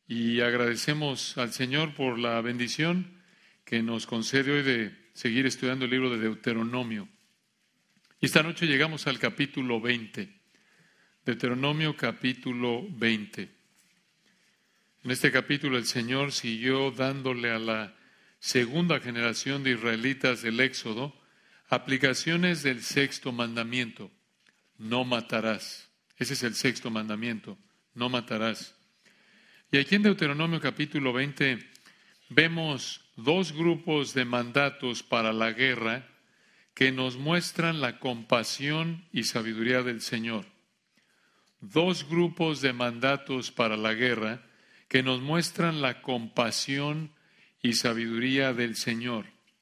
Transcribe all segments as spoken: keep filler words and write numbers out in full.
y agradecemos al Señor por la bendición que nos concede hoy de seguir estudiando el libro de Deuteronomio. Y esta noche llegamos al capítulo veinte. Deuteronomio capítulo veinte. En este capítulo el Señor siguió dándole a la segunda generación de israelitas del Éxodo aplicaciones del sexto mandamiento: no matarás. Ese es el sexto mandamiento: no matarás. Y aquí en Deuteronomio capítulo veinte vemos dos grupos de mandatos para la guerra que nos muestran la compasión y sabiduría del Señor. Dos grupos de mandatos para la guerra que nos muestran la compasión y sabiduría del Señor.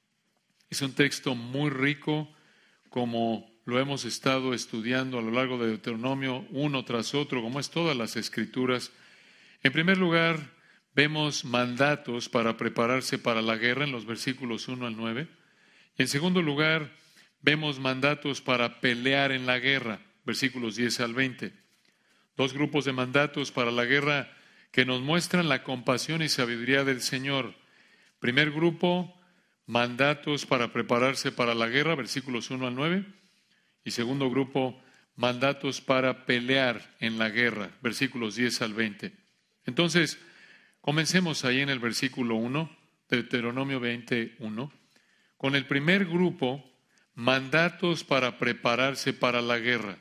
Es un texto muy rico, como lo hemos estado estudiando a lo largo de Deuteronomio, uno tras otro, como es todas las Escrituras. En primer lugar, vemos mandatos para prepararse para la guerra en los versículos uno al nueve. Y en segundo lugar, vemos mandatos para pelear en la guerra, versículos diez al veinte. Dos grupos de mandatos para la guerra que nos muestran la compasión y sabiduría del Señor. Primer grupo, mandatos para prepararse para la guerra, versículos uno al nueve. Y segundo grupo, mandatos para pelear en la guerra, versículos diez al veinte. Entonces, comencemos ahí en el versículo uno, Deuteronomio veinte uno, con el primer grupo, mandatos para prepararse para la guerra.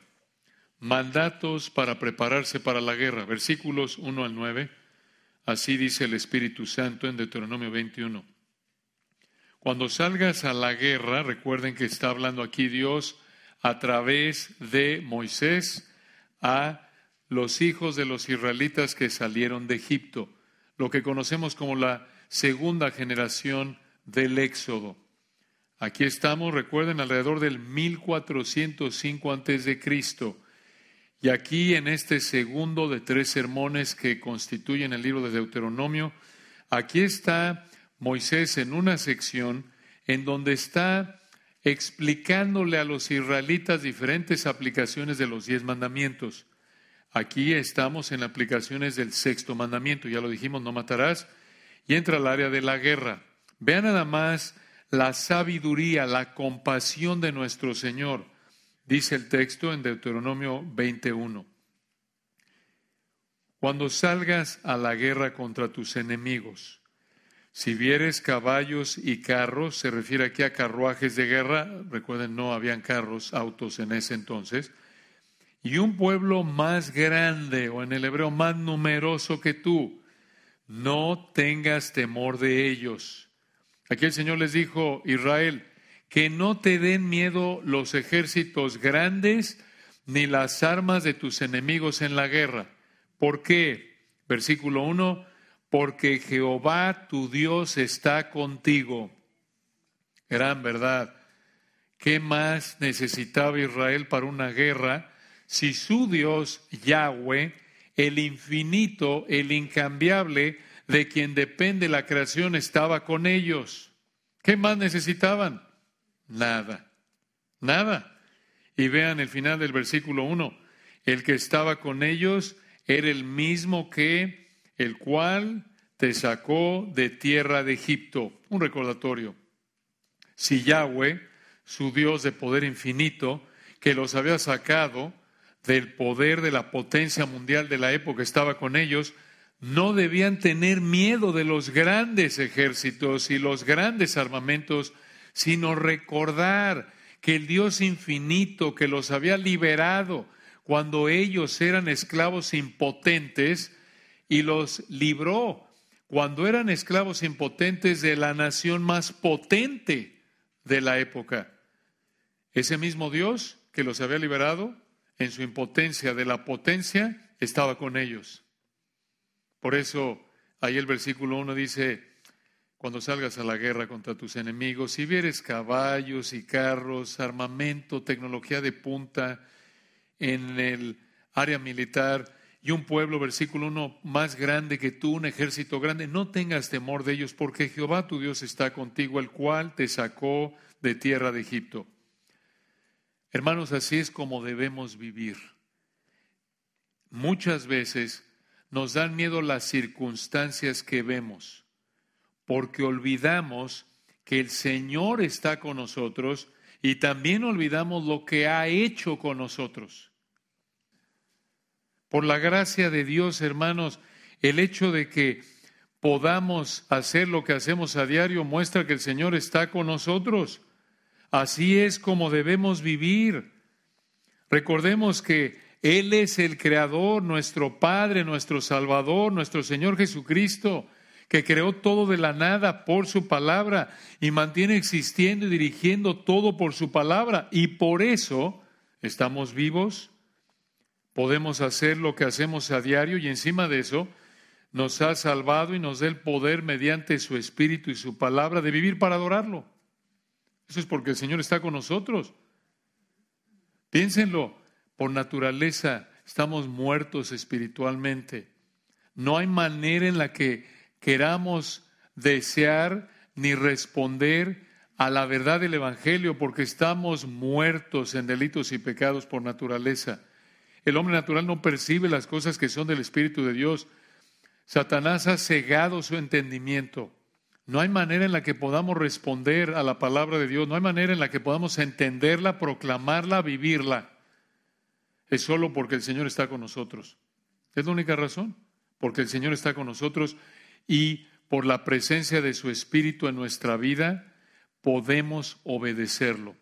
Mandatos para prepararse para la guerra, versículos uno al nueve. Así dice el Espíritu Santo en Deuteronomio veintiuno. Cuando salgas a la guerra, recuerden que está hablando aquí Dios a través de Moisés a los hijos de los israelitas que salieron de Egipto, lo que conocemos como la segunda generación del Éxodo. Aquí estamos, recuerden, alrededor del mil cuatrocientos cinco antes de Cristo. Y aquí en este segundo de tres sermones que constituyen el libro de Deuteronomio, aquí está Moisés en una sección en donde está explicándole a los israelitas diferentes aplicaciones de los diez mandamientos. Aquí estamos en aplicaciones del sexto mandamiento, ya lo dijimos, no matarás, y entra al área de la guerra. Vean nada más la sabiduría, la compasión de nuestro Señor. Dice el texto en Deuteronomio veintiuno. Cuando salgas a la guerra contra tus enemigos, si vieres caballos y carros, se refiere aquí a carruajes de guerra, recuerden, no habían carros, autos en ese entonces, y un pueblo más grande, o en el hebreo más numeroso que tú, no tengas temor de ellos. Aquí el Señor les dijo, Israel, que no te den miedo los ejércitos grandes ni las armas de tus enemigos en la guerra. ¿Por qué? Versículo uno, porque Jehová tu Dios está contigo. Gran verdad. ¿Qué más necesitaba Israel para una guerra si su Dios, Yahweh, el infinito, el incambiable, de quien depende la creación, estaba con ellos? ¿Qué más necesitaban? Nada, nada. Y vean el final del versículo uno. El que estaba con ellos era el mismo que el cual te sacó de tierra de Egipto. Un recordatorio. Si Yahweh, su Dios de poder infinito, que los había sacado del poder de la potencia mundial de la época, estaba con ellos, no debían tener miedo de los grandes ejércitos y los grandes armamentos, sino recordar que el Dios infinito que los había liberado cuando ellos eran esclavos impotentes y los libró cuando eran esclavos impotentes de la nación más potente de la época. Ese mismo Dios que los había liberado en su impotencia de la potencia estaba con ellos. Por eso ahí el versículo uno dice, cuando salgas a la guerra contra tus enemigos, si vieres caballos y carros, armamento, tecnología de punta en el área militar y un pueblo, versículo uno, más grande que tú, un ejército grande, no tengas temor de ellos, porque Jehová tu Dios está contigo, el cual te sacó de tierra de Egipto. Hermanos, así es como debemos vivir. Muchas veces nos dan miedo las circunstancias que vemos, porque olvidamos que el Señor está con nosotros y también olvidamos lo que ha hecho con nosotros. Por la gracia de Dios, hermanos, el hecho de que podamos hacer lo que hacemos a diario muestra que el Señor está con nosotros. Así es como debemos vivir. Recordemos que Él es el Creador, nuestro Padre, nuestro Salvador, nuestro Señor Jesucristo, que creó todo de la nada por su palabra y mantiene existiendo y dirigiendo todo por su palabra. Y por eso estamos vivos, podemos hacer lo que hacemos a diario y encima de eso nos ha salvado y nos da el poder mediante su Espíritu y su palabra de vivir para adorarlo. Eso es porque el Señor está con nosotros. Piénsenlo, por naturaleza estamos muertos espiritualmente. No hay manera en la que queramos desear ni responder a la verdad del Evangelio porque estamos muertos en delitos y pecados por naturaleza. El hombre natural no percibe las cosas que son del Espíritu de Dios. Satanás ha cegado su entendimiento. No hay manera en la que podamos responder a la palabra de Dios. No hay manera en la que podamos entenderla, proclamarla, vivirla. Es solo porque el Señor está con nosotros. Es la única razón. Porque el Señor está con nosotros y por la presencia de su Espíritu en nuestra vida podemos obedecerlo.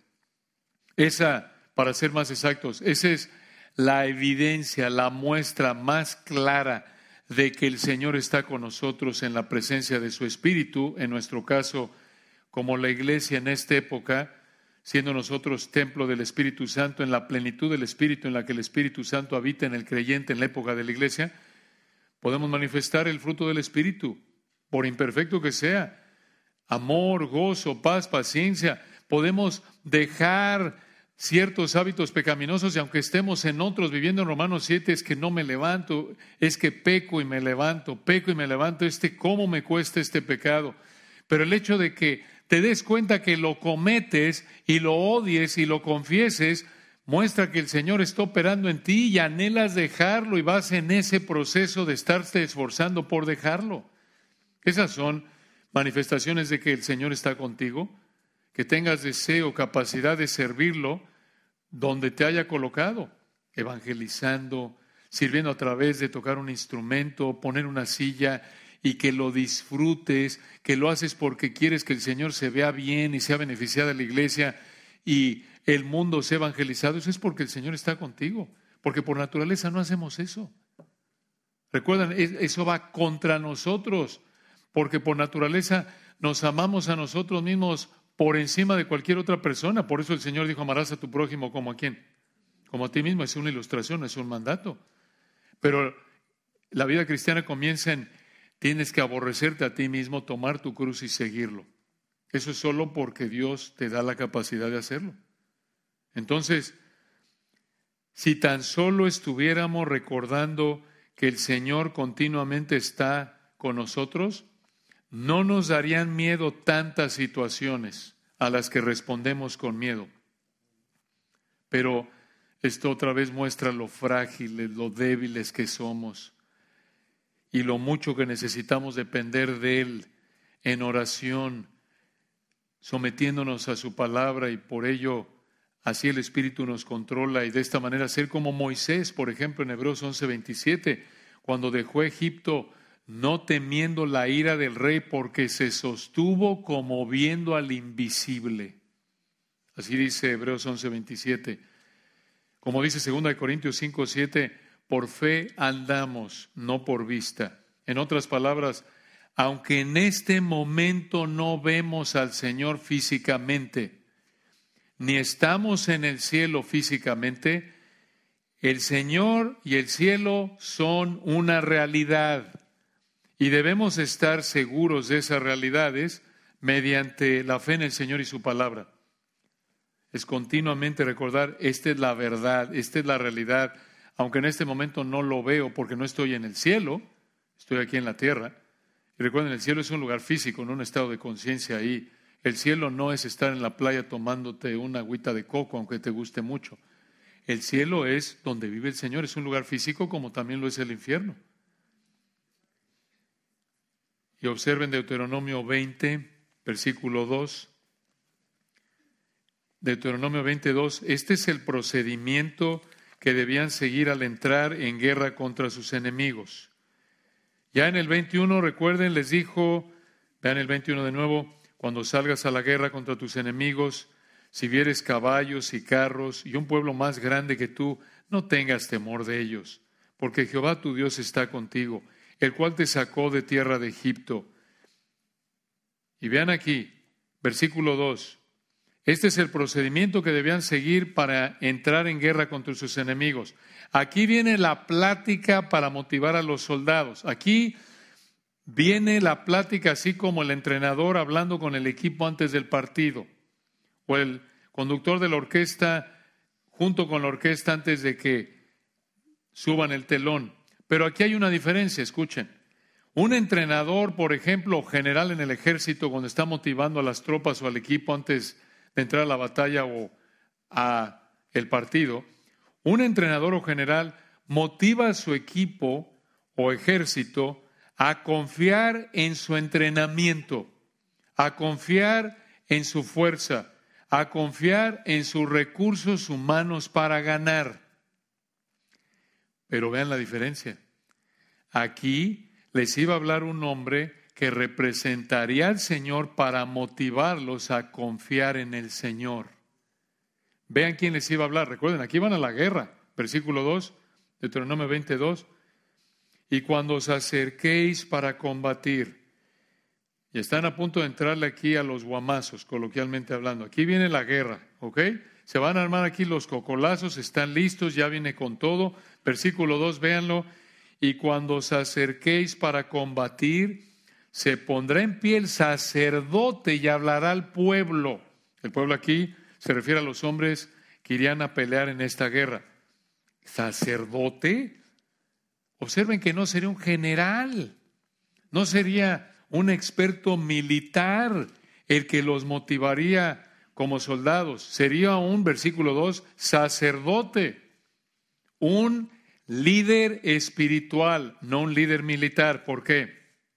Esa, para ser más exactos, esa es la evidencia, la muestra más clara de que el Señor está con nosotros en la presencia de su Espíritu, en nuestro caso, como la iglesia en esta época, siendo nosotros templo del Espíritu Santo, en la plenitud del Espíritu, en la que el Espíritu Santo habita en el creyente en la época de la iglesia, podemos manifestar el fruto del Espíritu, por imperfecto que sea, amor, gozo, paz, paciencia. Podemos dejar ciertos hábitos pecaminosos y aunque estemos en otros, viviendo en Romanos siete, es que no me levanto, es que peco y me levanto, peco y me levanto, este cómo me cuesta este pecado. Pero el hecho de que te des cuenta que lo cometes y lo odies y lo confieses, muestra que el Señor está operando en ti y anhelas dejarlo y vas en ese proceso de estarte esforzando por dejarlo. Esas son manifestaciones de que el Señor está contigo, que tengas deseo, capacidad de servirlo donde te haya colocado, evangelizando, sirviendo a través de tocar un instrumento, poner una silla y que lo disfrutes, que lo haces porque quieres que el Señor se vea bien y sea beneficiada la iglesia y el mundo sea evangelizado. Eso es porque el Señor está contigo, porque por naturaleza no hacemos eso. Recuerdan, eso va contra nosotros, porque por naturaleza nos amamos a nosotros mismos por encima de cualquier otra persona. Por eso el Señor dijo, amarás a tu prójimo como a quién, como a ti mismo. Es una ilustración, es un mandato. Pero la vida cristiana comienza en, tienes que aborrecerte a ti mismo, tomar tu cruz y seguirlo. Eso es solo porque Dios te da la capacidad de hacerlo. Entonces, si tan solo estuviéramos recordando que el Señor continuamente está con nosotros, no nos darían miedo tantas situaciones a las que respondemos con miedo. Pero esto otra vez muestra lo frágiles, lo débiles que somos y lo mucho que necesitamos depender de Él en oración, sometiéndonos a su palabra y por ello así el Espíritu nos controla y de esta manera ser como Moisés, por ejemplo, en Hebreos once veintisiete, cuando dejó Egipto no temiendo la ira del rey porque se sostuvo como viendo al invisible. Así dice Hebreos once veintisiete. Como dice segunda Corintios cinco siete, por fe andamos, no por vista. En otras palabras, aunque en este momento no vemos al Señor físicamente, ni estamos en el cielo físicamente, el Señor y el cielo son una realidad. Y debemos estar seguros de esas realidades mediante la fe en el Señor y su palabra. Es continuamente recordar, esta es la verdad, esta es la realidad, aunque en este momento no lo veo porque no estoy en el cielo, estoy aquí en la tierra. Y recuerden, el cielo es un lugar físico, no un estado de conciencia ahí. El cielo no es estar en la playa tomándote una agüita de coco, aunque te guste mucho. El cielo es donde vive el Señor, es un lugar físico como también lo es el infierno. y observen Deuteronomio veinte, versículo dos. Deuteronomio veintidós, este es el procedimiento que debían seguir al entrar en guerra contra sus enemigos. Ya en el veintiuno, recuerden, les dijo, vean el veintiuno de nuevo, cuando salgas a la guerra contra tus enemigos, si vieres caballos y carros y un pueblo más grande que tú, no tengas temor de ellos, porque Jehová tu Dios está contigo, el cual te sacó de tierra de Egipto. Y vean aquí, versículo dos. Este es el procedimiento que debían seguir para entrar en guerra contra sus enemigos. Aquí viene la plática para motivar a los soldados. Aquí viene la plática así como el entrenador hablando con el equipo antes del partido, o el conductor de la orquesta junto con la orquesta antes de que suban el telón. Pero aquí hay una diferencia, escuchen. Un entrenador, por ejemplo, o general en el ejército, cuando está motivando a las tropas o al equipo antes de entrar a la batalla o a el partido, un entrenador o general motiva a su equipo o ejército a confiar en su entrenamiento, a confiar en su fuerza, a confiar en sus recursos humanos para ganar. Pero vean la diferencia. Aquí les iba a hablar un hombre que representaría al Señor para motivarlos a confiar en el Señor. Vean quién les iba a hablar. Recuerden, aquí van a la guerra. Versículo dos, Deuteronomio veintidós. Y cuando os acerquéis para combatir, y están a punto de entrarle aquí a los guamazos, coloquialmente hablando. Aquí viene la guerra, ¿ok? Se van a armar aquí los cocolazos, están listos, ya viene con todo. Versículo dos, véanlo. Y cuando os acerquéis para combatir, se pondrá en pie el sacerdote y hablará al pueblo. El pueblo aquí se refiere a los hombres que irían a pelear en esta guerra. ¿Sacerdote? Observen que no sería un general, no sería un experto militar el que los motivaría como soldados. Sería un, versículo dos, sacerdote, un líder espiritual, no un líder militar. ¿Por qué?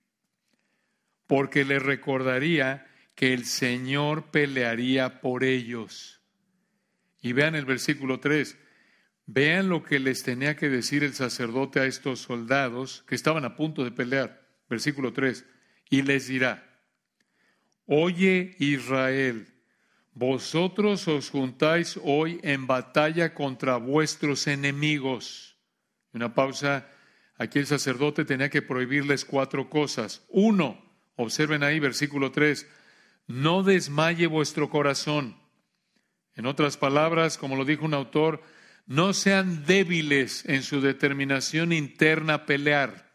Porque les recordaría que el Señor pelearía por ellos. Y vean el versículo tres. Vean lo que les tenía que decir el sacerdote a estos soldados que estaban a punto de pelear. Versículo tres. Y les dirá, oye Israel, vosotros os juntáis hoy en batalla contra vuestros enemigos. Una pausa. Aquí el sacerdote tenía que prohibirles cuatro cosas. Uno, observen ahí versículo tres, no desmaye vuestro corazón. En otras palabras, como lo dijo un autor, no sean débiles en su determinación interna a pelear.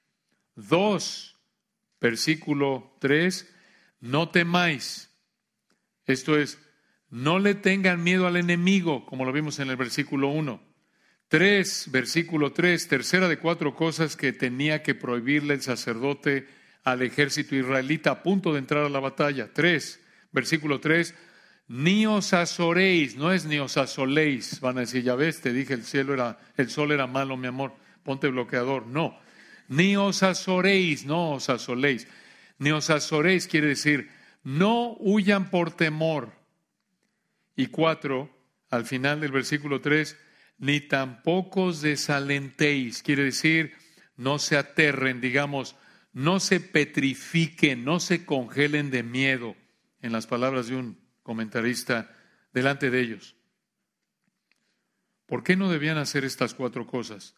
Dos, versículo tres, no temáis. Esto es, no le tengan miedo al enemigo, como lo vimos en el versículo uno. Tres, versículo tres, tercera de cuatro cosas que tenía que prohibirle el sacerdote al ejército israelita a punto de entrar a la batalla. Tres, versículo tres, ni os azoréis, no es ni os asoléis. Van a decir, ya ves, te dije el cielo era, el sol era malo, mi amor, ponte bloqueador. No, ni os azoréis, no os asoléis. Ni os azoréis quiere decir, no huyan por temor. Y cuatro, al final del versículo tres, ni tampoco os desalentéis, quiere decir, no se aterren, digamos, no se petrifiquen, no se congelen de miedo, en las palabras de un comentarista delante de ellos. ¿Por qué no debían hacer estas cuatro cosas?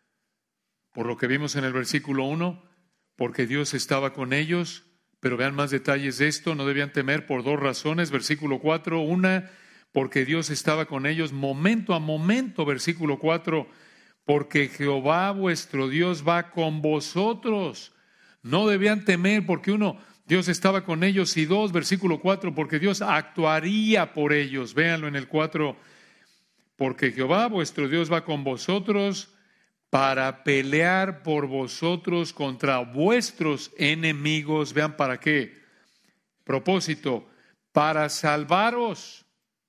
Por lo que vimos en el versículo uno, porque Dios estaba con ellos, pero vean más detalles de esto, no debían temer por dos razones. Versículo cuatro, una, porque Dios estaba con ellos momento a momento. Versículo cuatro, porque Jehová vuestro Dios va con vosotros. No debían temer porque uno, Dios estaba con ellos, y dos, versículo cuatro, porque Dios actuaría por ellos. Véanlo en el cuatro, porque Jehová vuestro Dios va con vosotros para pelear por vosotros contra vuestros enemigos. Vean para qué. Propósito, para salvaros.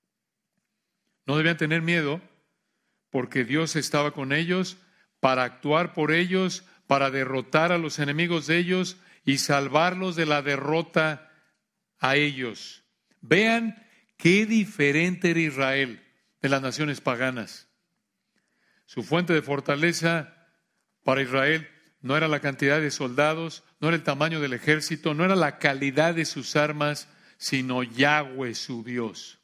No debían tener miedo porque Dios estaba con ellos para actuar por ellos, para derrotar a los enemigos de ellos y salvarlos de la derrota a ellos. Vean qué diferente era Israel de las naciones paganas. Su fuente de fortaleza para Israel no era la cantidad de soldados, no era el tamaño del ejército, no era la calidad de sus armas, sino Yahweh, su Dios.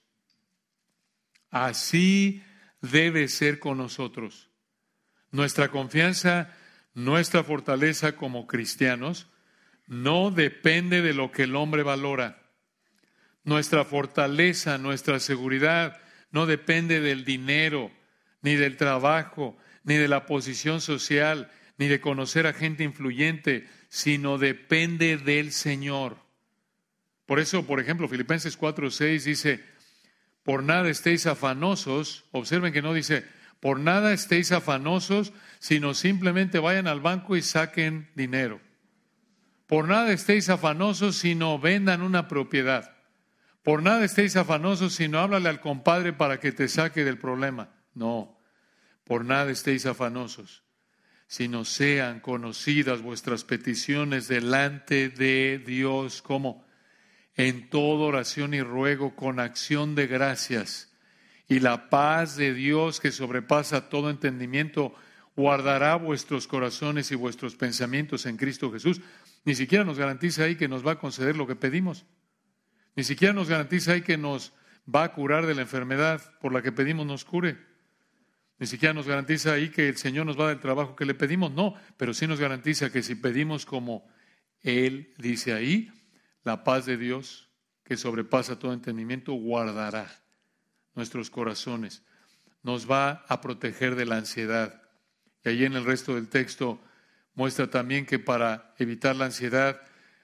Así debe ser con nosotros. Nuestra confianza, nuestra fortaleza como cristianos, no depende de lo que el hombre valora. Nuestra fortaleza, nuestra seguridad, no depende del dinero, ni del trabajo, ni de la posición social, ni de conocer a gente influyente, sino depende del Señor. Por eso, por ejemplo, Filipenses cuatro seis dice, por nada estéis afanosos. Observen que no dice, por nada estéis afanosos, sino simplemente vayan al banco y saquen dinero. Por nada estéis afanosos, sino vendan una propiedad. Por nada estéis afanosos, sino háblale al compadre para que te saque del problema. No, por nada estéis afanosos, sino sean conocidas vuestras peticiones delante de Dios, como en toda oración y ruego con acción de gracias. Y la paz de Dios, que sobrepasa todo entendimiento, guardará vuestros corazones y vuestros pensamientos en Cristo Jesús. Ni siquiera nos garantiza ahí que nos va a conceder lo que pedimos. Ni siquiera nos garantiza ahí que nos va a curar de la enfermedad por la que pedimos nos cure. Ni siquiera nos garantiza ahí que el Señor nos va a dar el trabajo que le pedimos. No, pero sí nos garantiza que si pedimos como Él dice ahí, la paz de Dios, que sobrepasa todo entendimiento, guardará nuestros corazones. Nos va a proteger de la ansiedad. Y ahí en el resto del texto muestra también que para evitar la ansiedad,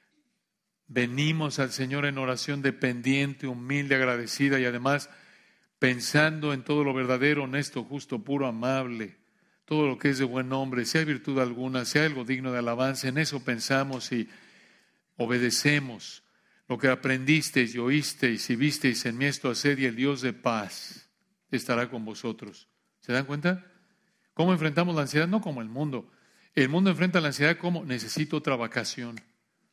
venimos al Señor en oración dependiente, humilde, agradecida y además pensando en todo lo verdadero, honesto, justo, puro, amable, todo lo que es de buen nombre, si hay virtud alguna, si hay algo digno de alabanza, en eso pensamos y obedecemos lo que aprendisteis y oísteis y visteis en mí, esto haced, y el Dios de paz estará con vosotros. ¿Se dan cuenta? ¿Cómo enfrentamos la ansiedad? No como el mundo. El mundo enfrenta la ansiedad como necesito otra vacación.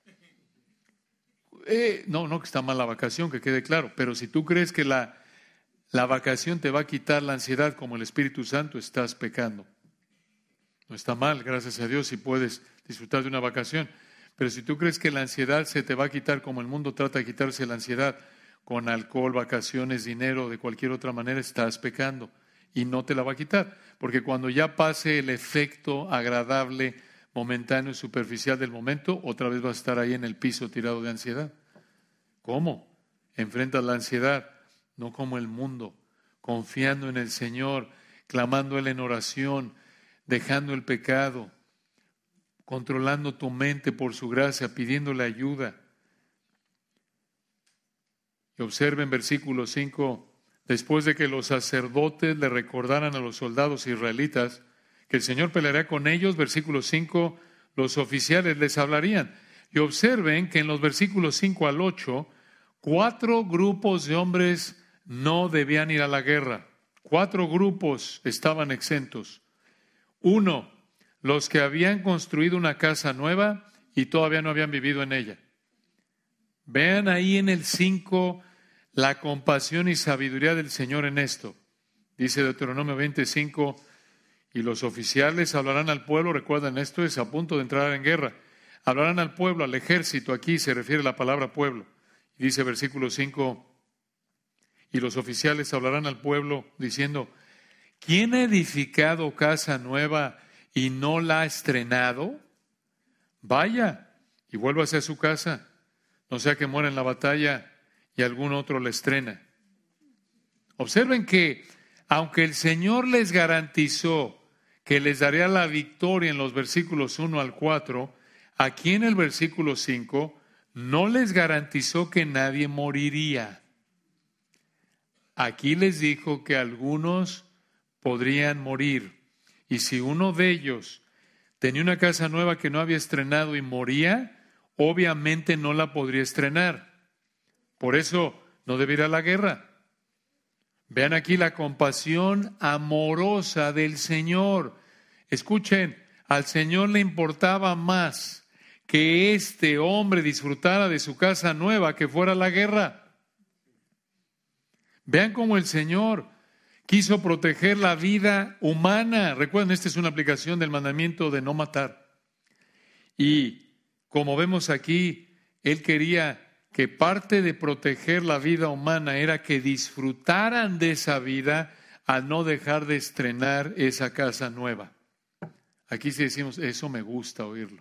Eh, no, no que está mal la vacación, que quede claro, pero si tú crees que la, la vacación te va a quitar la ansiedad como el Espíritu Santo, estás pecando. No está mal, gracias a Dios, si puedes disfrutar de una vacación. Pero si tú crees que la ansiedad se te va a quitar como el mundo trata de quitarse la ansiedad, con alcohol, vacaciones, dinero, de cualquier otra manera, estás pecando. Y no te la va a quitar, porque cuando ya pase el efecto agradable, momentáneo y superficial del momento, otra vez vas a estar ahí en el piso tirado de ansiedad. ¿Cómo? Enfrentas la ansiedad, no como el mundo, confiando en el Señor, clamando a Él en oración, dejando el pecado, controlando tu mente por su gracia, pidiéndole ayuda. Y observen versículo cinco, después de que los sacerdotes le recordaran a los soldados israelitas que el Señor peleará con ellos, versículo cinco, los oficiales les hablarían. Y observen que en los versículos cinco al ocho, cuatro grupos de hombres no debían ir a la guerra. Cuatro grupos estaban exentos. Uno, los que habían construido una casa nueva y todavía no habían vivido en ella. Vean ahí en el cinco la compasión y sabiduría del Señor en esto. Dice Deuteronomio veinticinco, y los oficiales hablarán al pueblo, recuerden, esto es a punto de entrar en guerra, hablarán al pueblo, al ejército, aquí se refiere la palabra pueblo. Y dice versículo cinco, y los oficiales hablarán al pueblo diciendo, ¿quién ha edificado casa nueva y no la ha estrenado? Vaya y vuélvase a su casa, no sea que muera en la batalla y algún otro la estrena. Observen que aunque el Señor les garantizó que les daría la victoria en los versículos uno al cuatro, aquí en el versículo cinco no les garantizó que nadie moriría. Aquí les dijo que algunos podrían morir. Y si uno de ellos tenía una casa nueva que no había estrenado y moría, obviamente no la podría estrenar. Por eso no debe ir a la guerra. Vean aquí la compasión amorosa del Señor. Escuchen, al Señor le importaba más que este hombre disfrutara de su casa nueva, que fuera la guerra. Vean cómo el Señor quiso proteger la vida humana. Recuerden, esta es una aplicación del mandamiento de no matar. Y como vemos aquí, Él quería que parte de proteger la vida humana era que disfrutaran de esa vida al no dejar de estrenar esa casa nueva. Aquí sí decimos, eso me gusta oírlo.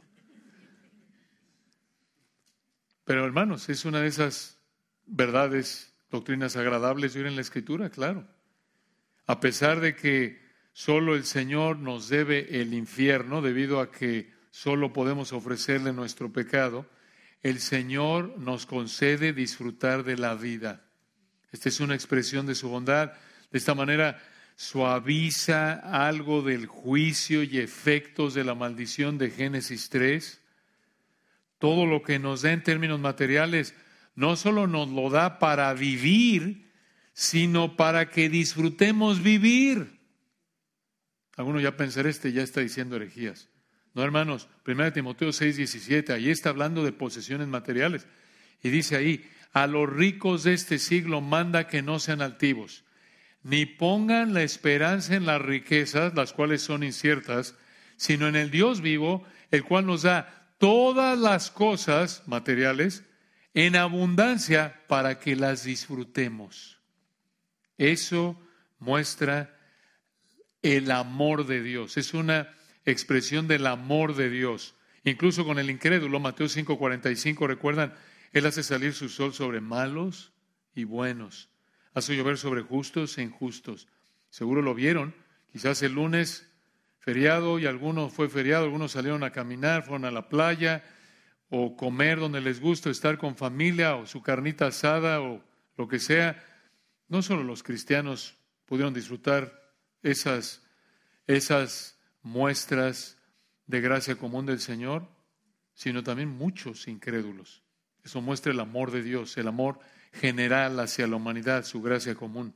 Pero hermanos, es una de esas verdades, doctrinas agradables de oír en la Escritura, claro. A pesar de que solo el Señor nos debe el infierno, debido a que solo podemos ofrecerle nuestro pecado, el Señor nos concede disfrutar de la vida. Esta es una expresión de su bondad. De esta manera suaviza algo del juicio y efectos de la maldición de Génesis tres. Todo lo que nos da en términos materiales no solo nos lo da para vivir, sino para que disfrutemos vivir. Algunos ya pensarán, este ya está diciendo herejías. No, hermanos, primera Timoteo seis, diecisiete, ahí está hablando de posesiones materiales. Y dice ahí, a los ricos de este siglo manda que no sean altivos, ni pongan la esperanza en las riquezas, las cuales son inciertas, sino en el Dios vivo, el cual nos da todas las cosas materiales en abundancia para que las disfrutemos. Eso muestra el amor de Dios. Es una expresión del amor de Dios. Incluso con el incrédulo, Mateo cinco, cuarenta y cinco, recuerdan, Él hace salir su sol sobre malos y buenos. Hace llover sobre justos e injustos. Seguro lo vieron. Quizás el lunes, feriado, y algunos fue feriado, algunos salieron a caminar, fueron a la playa, o comer donde les gusta, estar con familia, o su carnita asada, o lo que sea. No solo los cristianos pudieron disfrutar esas, esas muestras de gracia común del Señor, sino también muchos incrédulos. Eso muestra el amor de Dios, el amor general hacia la humanidad, su gracia común.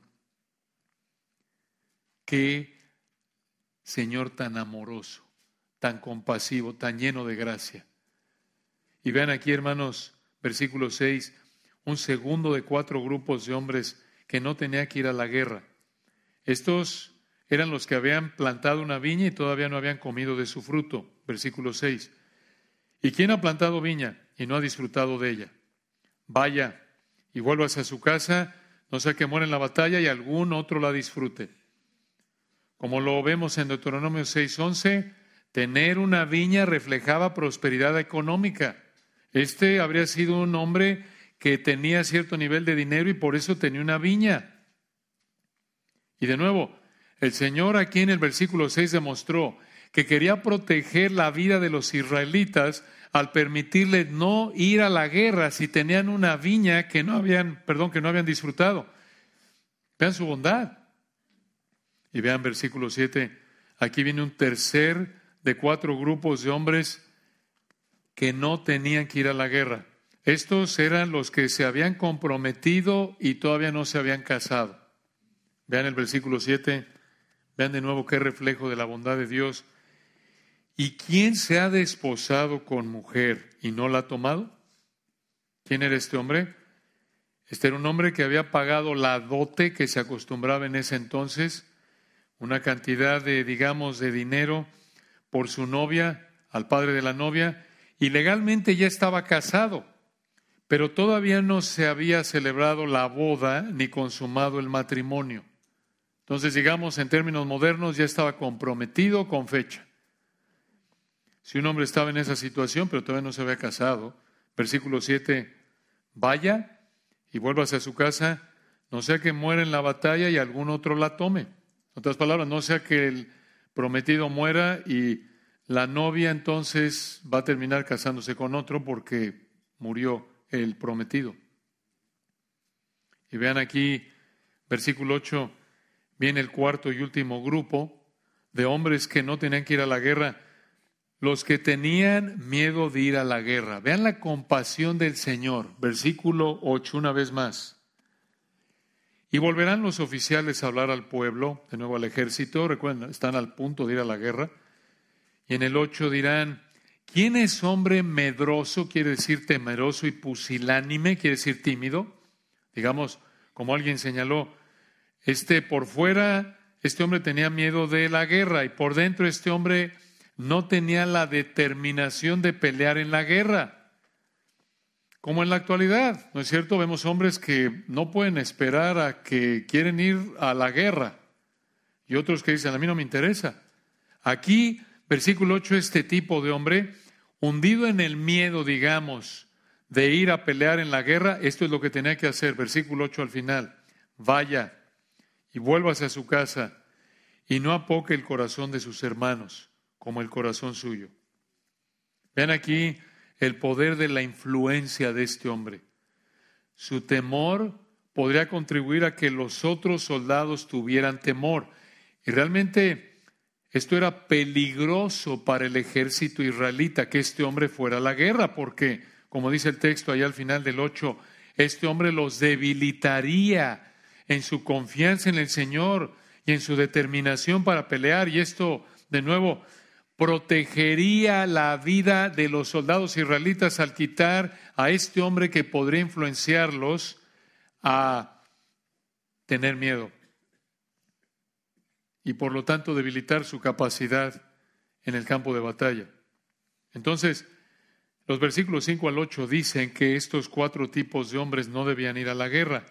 Qué Señor tan amoroso, tan compasivo, tan lleno de gracia. Y vean aquí, hermanos, versículo seis, un segundo de cuatro grupos de hombres que no tenían que ir a la guerra. Estos eran los que habían plantado una viña y todavía no habían comido de su fruto. Versículo seis. ¿Y quién ha plantado viña y no ha disfrutado de ella? Vaya y vuélvase a su casa, no sea que muera en la batalla y algún otro la disfrute. Como lo vemos en Deuteronomio seis once, tener una viña reflejaba prosperidad económica. Este habría sido un hombre que tenía cierto nivel de dinero y por eso tenía una viña. Y de nuevo, el Señor aquí en el versículo seis demostró que quería proteger la vida de los israelitas al permitirles no ir a la guerra si tenían una viña que no habían, perdón, que no habían disfrutado. Vean su bondad. Y vean versículo siete, aquí viene un tercer de cuatro grupos de hombres que no tenían que ir a la guerra. Estos eran los que se habían comprometido y todavía no se habían casado. Vean el versículo siete, vean de nuevo qué reflejo de la bondad de Dios. ¿Y quién se ha desposado con mujer y no la ha tomado? ¿Quién era este hombre? Este era un hombre que había pagado la dote que se acostumbraba en ese entonces, una cantidad de, digamos, de dinero por su novia, al padre de la novia, y legalmente ya estaba casado, pero todavía no se había celebrado la boda ni consumado el matrimonio. Entonces, digamos, en términos modernos, ya estaba comprometido con fecha. Si un hombre estaba en esa situación, pero todavía no se había casado, versículo siete, vaya y vuélvase a su casa, no sea que muera en la batalla y algún otro la tome. En otras palabras, no sea que el prometido muera y la novia entonces va a terminar casándose con otro porque murió el prometido. Y vean aquí, versículo ocho, viene el cuarto y último grupo de hombres que no tenían que ir a la guerra, los que tenían miedo de ir a la guerra. Vean la compasión del Señor. Versículo ocho, una vez más. Y volverán los oficiales a hablar al pueblo, de nuevo al ejército. Recuerden, están al punto de ir a la guerra. Y en el ocho dirán, ¿Quién es hombre medroso? Quiere decir temeroso, y pusilánime, quiere decir tímido. Digamos, como alguien señaló, este por fuera, este hombre tenía miedo de la guerra, y por dentro este hombre no tenía la determinación de pelear en la guerra. Como en la actualidad, ¿no es cierto? Vemos hombres que no pueden esperar a que quieren ir a la guerra, y otros que dicen, a mí no me interesa. Aquí, versículo ocho, este tipo de hombre, hundido en el miedo, digamos, de ir a pelear en la guerra, esto es lo que tenía que hacer. Versículo ocho al final, vaya y vuélvase a su casa y no apoque el corazón de sus hermanos como el corazón suyo. Vean aquí el poder de la influencia de este hombre. Su temor podría contribuir a que los otros soldados tuvieran temor. Y realmente esto era peligroso para el ejército israelita, que este hombre fuera a la guerra, porque, como dice el texto allá al final del ocho, este hombre los debilitaría en su confianza en el Señor y en su determinación para pelear. Y esto, de nuevo, protegería la vida de los soldados israelitas al quitar a este hombre que podría influenciarlos a tener miedo y por lo tanto debilitar su capacidad en el campo de batalla. Entonces, los versículos cinco al ocho dicen que estos cuatro tipos de hombres no debían ir a la guerra.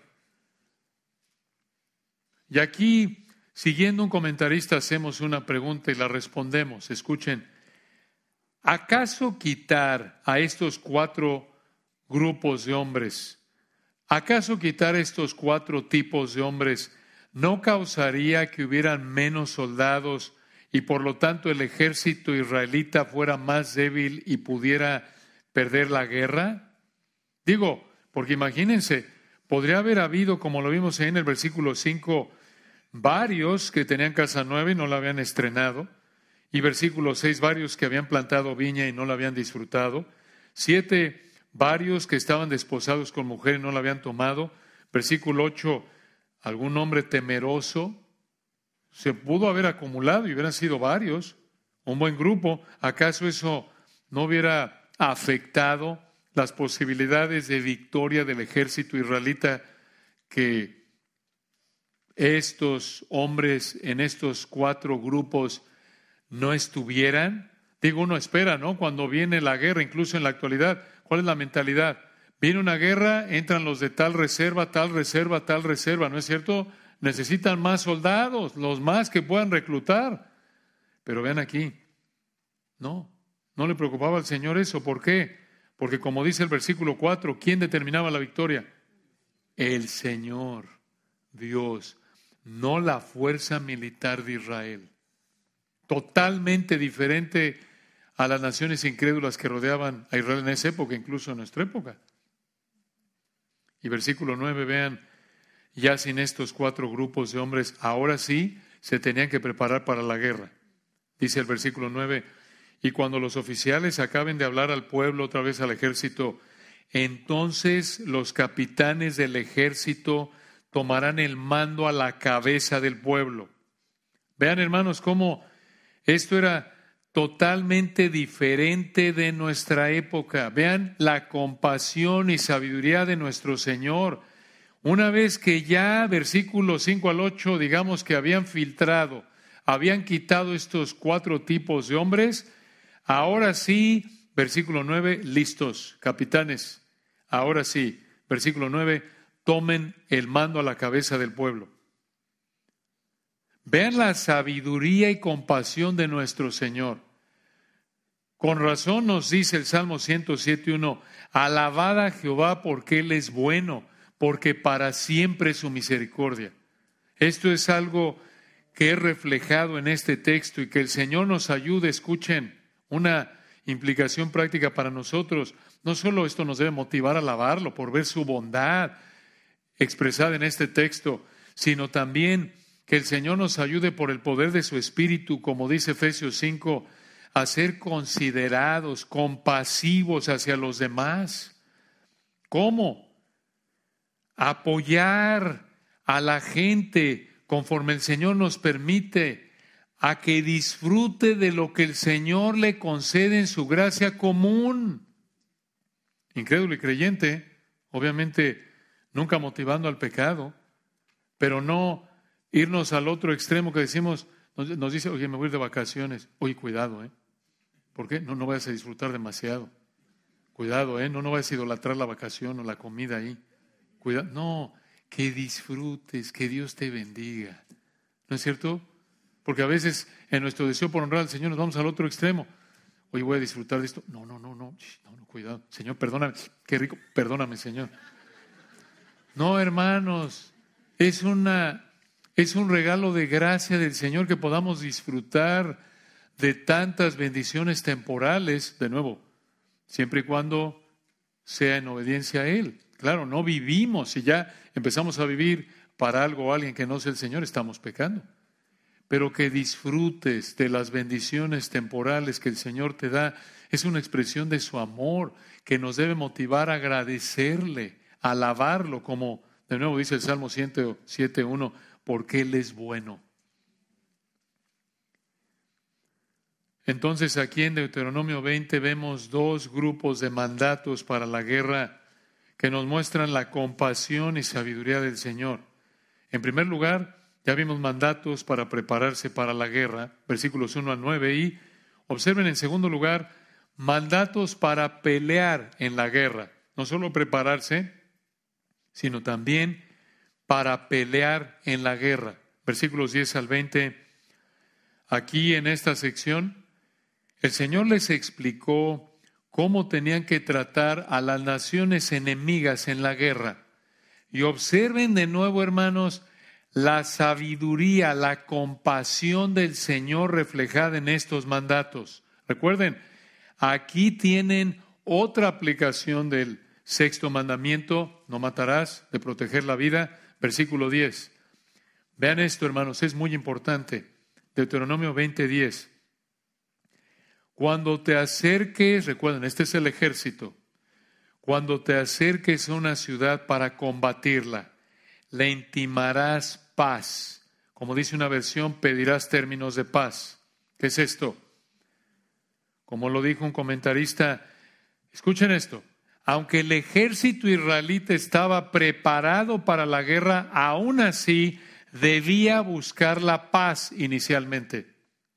Y aquí, siguiendo un comentarista, hacemos una pregunta y la respondemos. Escuchen, ¿acaso quitar a estos cuatro grupos de hombres, acaso quitar estos cuatro tipos de hombres no causaría que hubieran menos soldados y por lo tanto el ejército israelita fuera más débil y pudiera perder la guerra? Digo, porque imagínense, podría haber habido, como lo vimos ahí en el versículo cinco, varios que tenían casa nueva y no la habían estrenado, y versículo seis, varios que habían plantado viña y no la habían disfrutado, siete, varios que estaban desposados con mujer y no la habían tomado, versículo ocho, algún hombre temeroso. Se pudo haber acumulado y hubieran sido varios, un buen grupo. ¿Acaso eso no hubiera afectado las posibilidades de victoria del ejército israelita que estos hombres en estos cuatro grupos no estuvieran? Digo, uno espera, ¿no? Cuando viene la guerra, incluso en la actualidad, ¿cuál es la mentalidad? Viene una guerra, entran los de tal reserva, tal reserva, tal reserva, ¿no es cierto? Necesitan más soldados, los más que puedan reclutar. Pero vean aquí, no, no le preocupaba al Señor eso. ¿Por qué? Porque como dice el versículo cuatro, ¿quién determinaba la victoria? El Señor, Dios, no la fuerza militar de Israel. Totalmente diferente a las naciones incrédulas que rodeaban a Israel en esa época, incluso en nuestra época. Y versículo nueve, vean, ya sin estos cuatro grupos de hombres, ahora sí se tenían que preparar para la guerra. Dice el versículo nueve, y cuando los oficiales acaben de hablar al pueblo, otra vez al ejército, entonces los capitanes del ejército tomarán el mando a la cabeza del pueblo. Vean, hermanos, cómo esto era totalmente diferente de nuestra época. Vean la compasión y sabiduría de nuestro Señor. Una vez que ya, versículos cinco al ocho, digamos que habían filtrado, habían quitado estos cuatro tipos de hombres, ahora sí, versículo nueve, listos, capitanes, ahora sí, versículo nueve, tomen el mando a la cabeza del pueblo. Vean la sabiduría y compasión de nuestro Señor. Con razón nos dice el Salmo ciento siete uno, alabad a Jehová porque Él es bueno, porque para siempre es su misericordia. Esto es algo que es reflejado en este texto y que el Señor nos ayude. Escuchen, una implicación práctica para nosotros. No solo esto nos debe motivar a alabarlo por ver su bondad expresada en este texto, sino también que el Señor nos ayude por el poder de su Espíritu, como dice Efesios cinco, a ser considerados, compasivos hacia los demás. ¿Cómo? Apoyar a la gente conforme el Señor nos permite, a que disfrute de lo que el Señor le concede en su gracia común. Incrédulo y creyente, obviamente nunca motivando al pecado, pero no irnos al otro extremo que decimos, nos, nos dice, oye, me voy a ir de vacaciones. Oye, cuidado, ¿eh? ¿Por qué? No, no vayas a disfrutar demasiado. Cuidado, ¿eh? No, no vayas a idolatrar la vacación o la comida ahí. Cuidado. No, que disfrutes, que Dios te bendiga. ¿No es cierto? Porque a veces en nuestro deseo por honrar al Señor nos vamos al otro extremo. Oye, voy a disfrutar de esto. No, no, no, no. No, no, cuidado. Señor, perdóname. Qué rico. Perdóname, Señor. No, hermanos. Es una, es un regalo de gracia del Señor que podamos disfrutar de tantas bendiciones temporales, de nuevo, siempre y cuando sea en obediencia a Él. Claro, no vivimos. Si ya empezamos a vivir para algo o alguien que no sea el Señor, estamos pecando. Pero que disfrutes de las bendiciones temporales que el Señor te da, es una expresión de su amor que nos debe motivar a agradecerle, a alabarlo, como de nuevo dice el Salmo siete uno, porque Él es bueno. Entonces aquí en Deuteronomio veinte vemos dos grupos de mandatos para la guerra que nos muestran la compasión y sabiduría del Señor. En primer lugar, ya vimos mandatos para prepararse para la guerra, versículos uno al nueve, y observen en segundo lugar, mandatos para pelear en la guerra. No solo prepararse, sino también para pelear en la guerra. Versículos diez al veinte, aquí en esta sección, el Señor les explicó cómo tenían que tratar a las naciones enemigas en la guerra. Y observen de nuevo, hermanos, la sabiduría, la compasión del Señor reflejada en estos mandatos. Recuerden, aquí tienen otra aplicación del sexto mandamiento, no matarás, de proteger la vida, versículo diez. Vean esto, hermanos, es muy importante. Deuteronomio veinte diez. Cuando te acerques, recuerden, este es el ejército, cuando te acerques a una ciudad para combatirla, le intimarás paz. Como dice una versión, pedirás términos de paz. ¿Qué es esto? Como lo dijo un comentarista, escuchen esto, aunque el ejército israelita estaba preparado para la guerra, aún así debía buscar la paz inicialmente.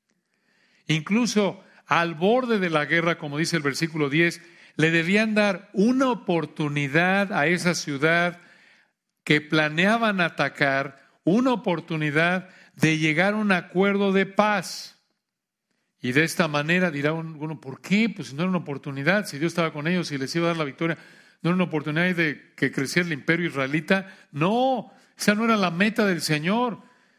Incluso al borde de la guerra, como dice el versículo diez, le debían dar una oportunidad a esa ciudad que planeaban atacar, una oportunidad de llegar a un acuerdo de paz. Y de esta manera dirá uno, ¿por qué? Pues no era una oportunidad, si Dios estaba con ellos y les iba a dar la victoria, no era una oportunidad de que creciera el imperio israelita. No, esa no era la meta del Señor.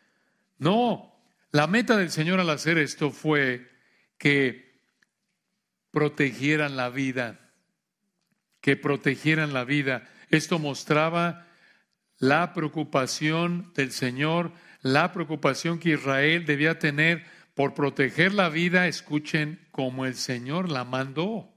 No, la meta del Señor al hacer esto fue que protegieran la vida, que protegieran la vida. Esto mostraba la preocupación del Señor, la preocupación que Israel debía tener por proteger la vida, escuchen, como el Señor la mandó.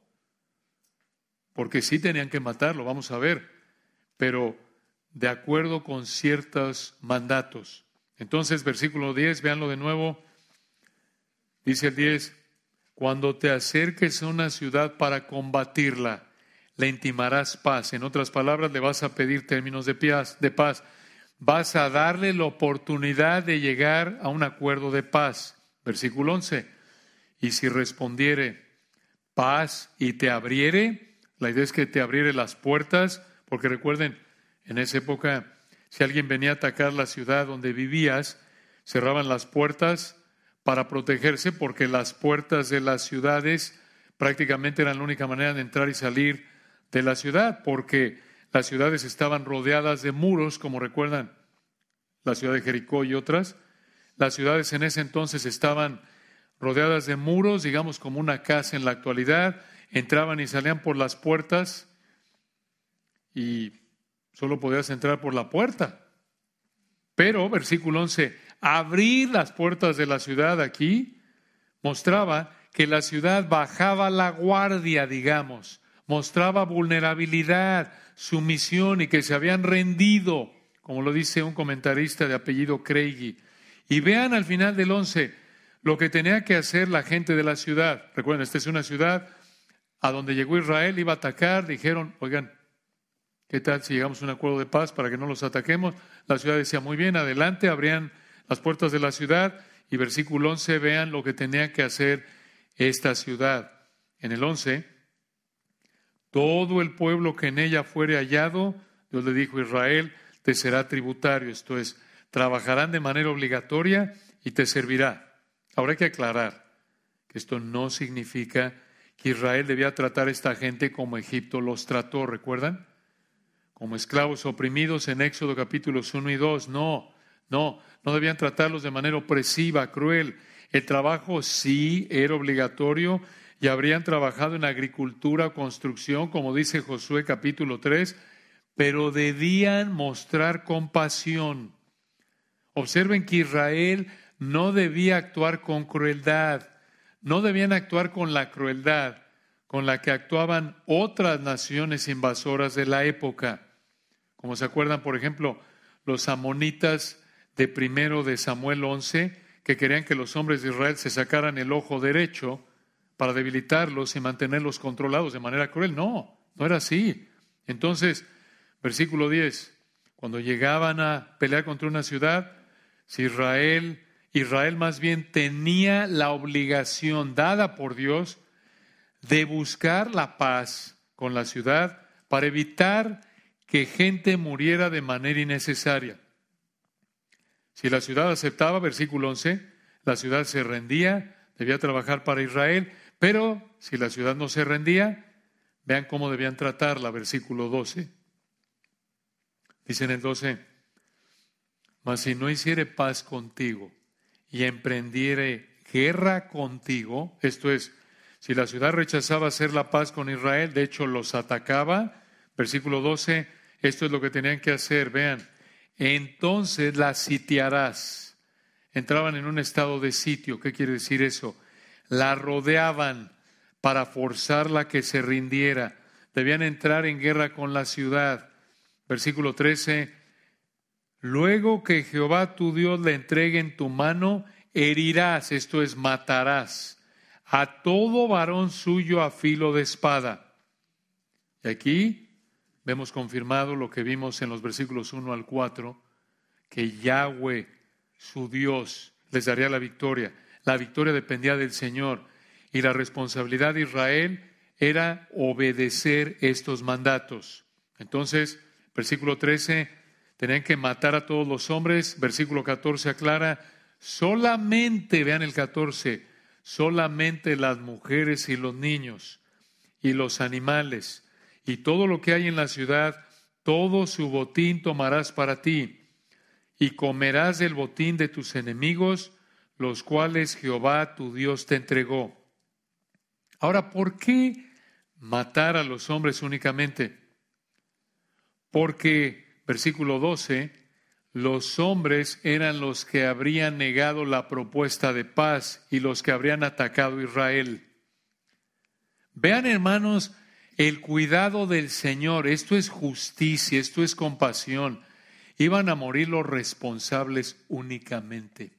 Porque sí tenían que matarlo, vamos a ver, pero de acuerdo con ciertos mandatos. Entonces, versículo diez, véanlo de nuevo, dice el diez, cuando te acerques a una ciudad para combatirla, le intimarás paz. En otras palabras, le vas a pedir términos de paz. Vas a darle la oportunidad de llegar a un acuerdo de paz. Versículo once. Y si respondiere paz y te abriere, la idea es que te abriere las puertas, porque recuerden, en esa época, si alguien venía a atacar la ciudad donde vivías, cerraban las puertas para protegerse, porque las puertas de las ciudades prácticamente eran la única manera de entrar y salir de la ciudad, porque las ciudades estaban rodeadas de muros, como recuerdan, la ciudad de Jericó y otras. Las ciudades en ese entonces estaban rodeadas de muros, digamos como una casa en la actualidad. Entraban y salían por las puertas y solo podías entrar por la puerta. Pero, versículo once, abrir las puertas de la ciudad aquí mostraba que la ciudad bajaba la guardia, digamos, mostraba vulnerabilidad, sumisión y que se habían rendido, como lo dice un comentarista de apellido Craigie. Y vean al final del once, lo que tenía que hacer la gente de la ciudad. Recuerden, esta es una ciudad a donde llegó Israel, iba a atacar, dijeron, oigan, ¿qué tal si llegamos a un acuerdo de paz para que no los ataquemos? La ciudad decía, muy bien, adelante, abrían las puertas de la ciudad. Y versículo once, vean lo que tenía que hacer esta ciudad. En el once, todo el pueblo que en ella fuere hallado, Dios le dijo a Israel, te será tributario. Esto es, trabajarán de manera obligatoria y te servirá. Ahora hay que aclarar que esto no significa que Israel debía tratar a esta gente como Egipto los trató, ¿recuerdan? Como esclavos oprimidos en Éxodo capítulos uno y dos. No, no, no debían tratarlos de manera opresiva, cruel. El trabajo sí era obligatorio y habrían trabajado en agricultura o construcción, como dice Josué capítulo tres, pero debían mostrar compasión. Observen que Israel no debía actuar con crueldad, no debían actuar con la crueldad con la que actuaban otras naciones invasoras de la época. Como se acuerdan, por ejemplo, los amonitas de primero de Samuel once, que querían que los hombres de Israel se sacaran el ojo derecho para debilitarlos y mantenerlos controlados de manera cruel. No, no era así. Entonces, versículo diez, cuando llegaban a pelear contra una ciudad, si Israel, Israel más bien tenía la obligación dada por Dios de buscar la paz con la ciudad para evitar que gente muriera de manera innecesaria. Si la ciudad aceptaba, versículo once, la ciudad se rendía, debía trabajar para Israel, pero si la ciudad no se rendía, vean cómo debían tratarla, versículo doce. Dice en el doce, mas si no hiciere paz contigo y emprendiere guerra contigo, esto es, si la ciudad rechazaba hacer la paz con Israel, de hecho los atacaba, versículo doce, esto es lo que tenían que hacer, vean, entonces la sitiarás. Entraban en un estado de sitio. ¿Qué quiere decir eso? La rodeaban para forzarla a que se rindiera. Debían entrar en guerra con la ciudad. Versículo trece, luego que Jehová tu Dios le entregue en tu mano, herirás, esto es, matarás, a todo varón suyo a filo de espada. Y aquí vemos confirmado lo que vimos en los versículos uno al cuatro, que Yahweh, su Dios, les daría la victoria. La victoria dependía del Señor y la responsabilidad de Israel era obedecer estos mandatos. Entonces, versículo trece, tenían que matar a todos los hombres. Versículo catorce aclara, solamente, vean el catorce, solamente las mujeres y los niños y los animales y todo lo que hay en la ciudad, todo su botín tomarás para ti, y comerás del botín de tus enemigos, los cuales Jehová tu Dios te entregó. Ahora, ¿por qué matar a los hombres únicamente? Porque, versículo doce, los hombres eran los que habrían negado la propuesta de paz y los que habrían atacado a Israel. Vean, hermanos, el cuidado del Señor. Esto es justicia, esto es compasión. Iban a morir los responsables únicamente.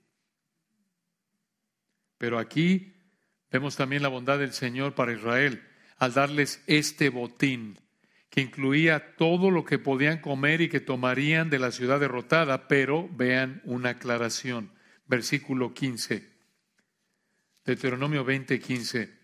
Pero aquí vemos también la bondad del Señor para Israel al darles este botín que incluía todo lo que podían comer y que tomarían de la ciudad derrotada. Pero vean una aclaración. Versículo quince. Deuteronomio veinte, quince.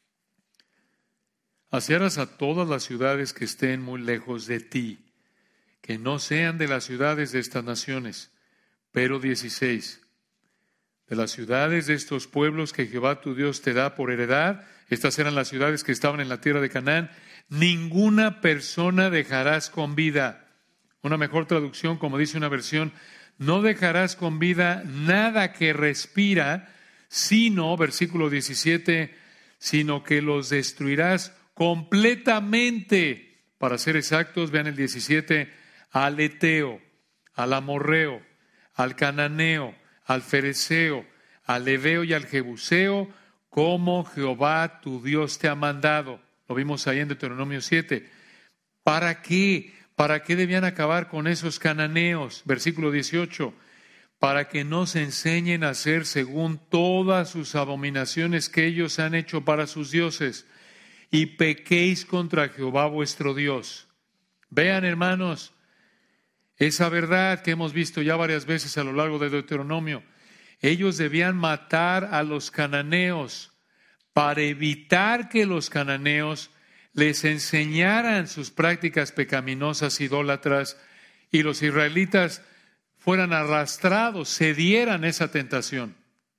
Así harás a todas las ciudades que estén muy lejos de ti, que no sean de las ciudades de estas naciones. Pero dieciséis, de las ciudades de estos pueblos que Jehová tu Dios te da por heredad, estas eran las ciudades que estaban en la tierra de Canaán, ninguna persona dejarás con vida. Una mejor traducción, como dice una versión, no dejarás con vida nada que respira, sino, versículo diecisiete, sino que los destruirás completamente. Para ser exactos, vean el diecisiete, al Eteo, al Amorreo, al Cananeo, al Fereceo, al Heveo y al Jebuseo, como Jehová tu Dios te ha mandado. Lo vimos ahí en Deuteronomio siete. ¿Para qué? ¿Para qué debían acabar con esos cananeos? Versículo dieciocho. para que no se enseñen a hacer según todas sus abominaciones que ellos han hecho para sus dioses, y pequéis contra Jehová vuestro Dios. Vean, hermanos, esa verdad que hemos visto ya varias veces a lo largo de Deuteronomio. Ellos debían matar a los cananeos para evitar que los cananeos les enseñaran sus prácticas pecaminosas, idólatras, y los israelitas fueran arrastrados, cedieran esa tentación.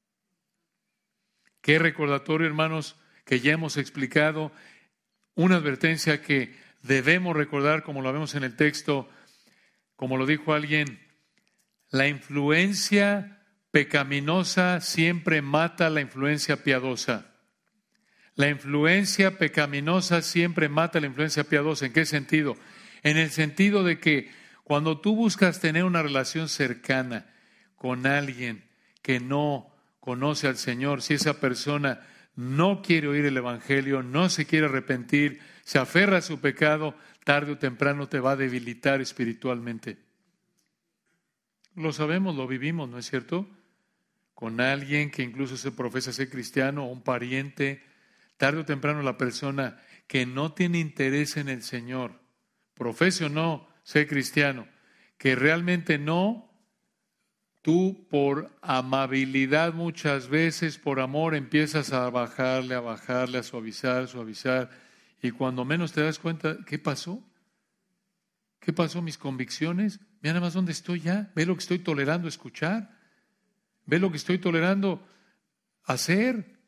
Qué recordatorio, hermanos, que ya hemos explicado, una advertencia que debemos recordar, como lo vemos en el texto, como lo dijo alguien, la influencia pecaminosa siempre mata la influencia piadosa. La influencia pecaminosa siempre mata la influencia piadosa. ¿En qué sentido? En el sentido de que cuando tú buscas tener una relación cercana con alguien que no conoce al Señor, si esa persona no quiere oír el Evangelio, no se quiere arrepentir, se aferra a su pecado, tarde o temprano te va a debilitar espiritualmente. Lo sabemos, lo vivimos, ¿no es cierto? Con alguien que incluso se profesa ser cristiano o un pariente, tarde o temprano la persona que no tiene interés en el Señor, profese o no ser cristiano, que realmente no, tú por amabilidad muchas veces, por amor, empiezas a bajarle, a bajarle, a suavizar, suavizar, y cuando menos te das cuenta, ¿qué pasó? ¿Qué pasó? Mis convicciones. Mira nada más dónde estoy ya. Ve lo que estoy tolerando escuchar. Ve lo que estoy tolerando hacer.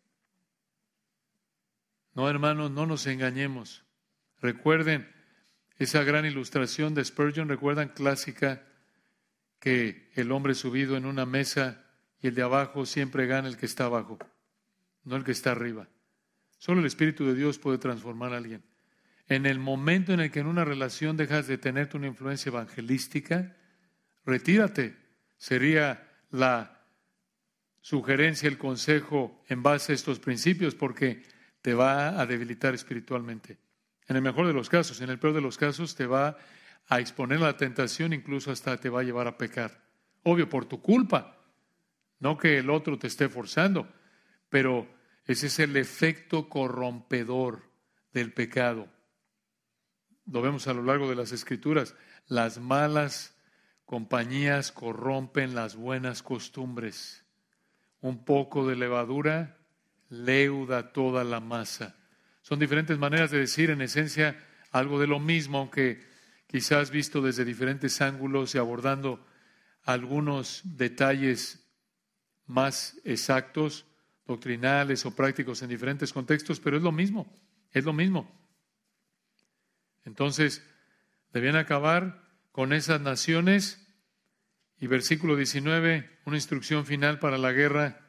No, hermanos, no nos engañemos. Recuerden esa gran ilustración de Spurgeon, recuerdan, clásica, que el hombre subido en una mesa y el de abajo siempre gana el que está abajo, no el que está arriba. Solo el Espíritu de Dios puede transformar a alguien. En el momento en el que en una relación dejas de tenerte una influencia evangelística, retírate. Sería la sugerencia, el consejo en base a estos principios, porque te va a debilitar espiritualmente. En el mejor de los casos, en el peor de los casos, te va a exponer a la tentación, incluso hasta te va a llevar a pecar. Obvio, por tu culpa, no que el otro te esté forzando, pero ese es el efecto corrompedor del pecado. Lo vemos a lo largo de las Escrituras. Las malas compañías corrompen las buenas costumbres. Un poco de levadura leuda toda la masa. Son diferentes maneras de decir, en esencia, algo de lo mismo, aunque quizás visto desde diferentes ángulos y abordando algunos detalles más exactos, doctrinales o prácticos en diferentes contextos, pero es lo mismo, es lo mismo. Entonces, debían acabar con esas naciones. Y versículo diecinueve, una instrucción final para la guerra.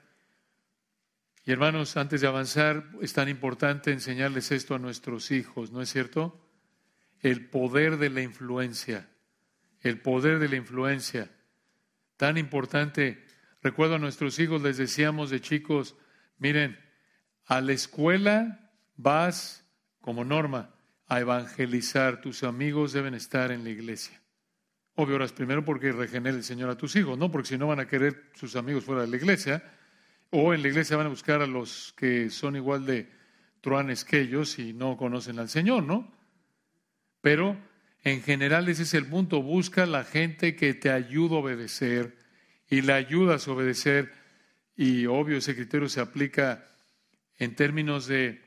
Y hermanos, antes de avanzar, es tan importante enseñarles esto a nuestros hijos, ¿no es cierto? El poder de la influencia, el poder de la influencia, tan importante. Recuerdo a nuestros hijos, les decíamos de chicos, miren, a la escuela vas como norma a evangelizar, tus amigos deben estar en la iglesia. Obvio, oras primero porque regenere el Señor a tus hijos, no porque si no van a querer sus amigos fuera de la iglesia, o en la iglesia van a buscar a los que son igual de truanes que ellos y no conocen al Señor, ¿no? Pero en general ese es el punto, busca la gente que te ayude a obedecer y le ayudas a obedecer, y obvio ese criterio se aplica en términos de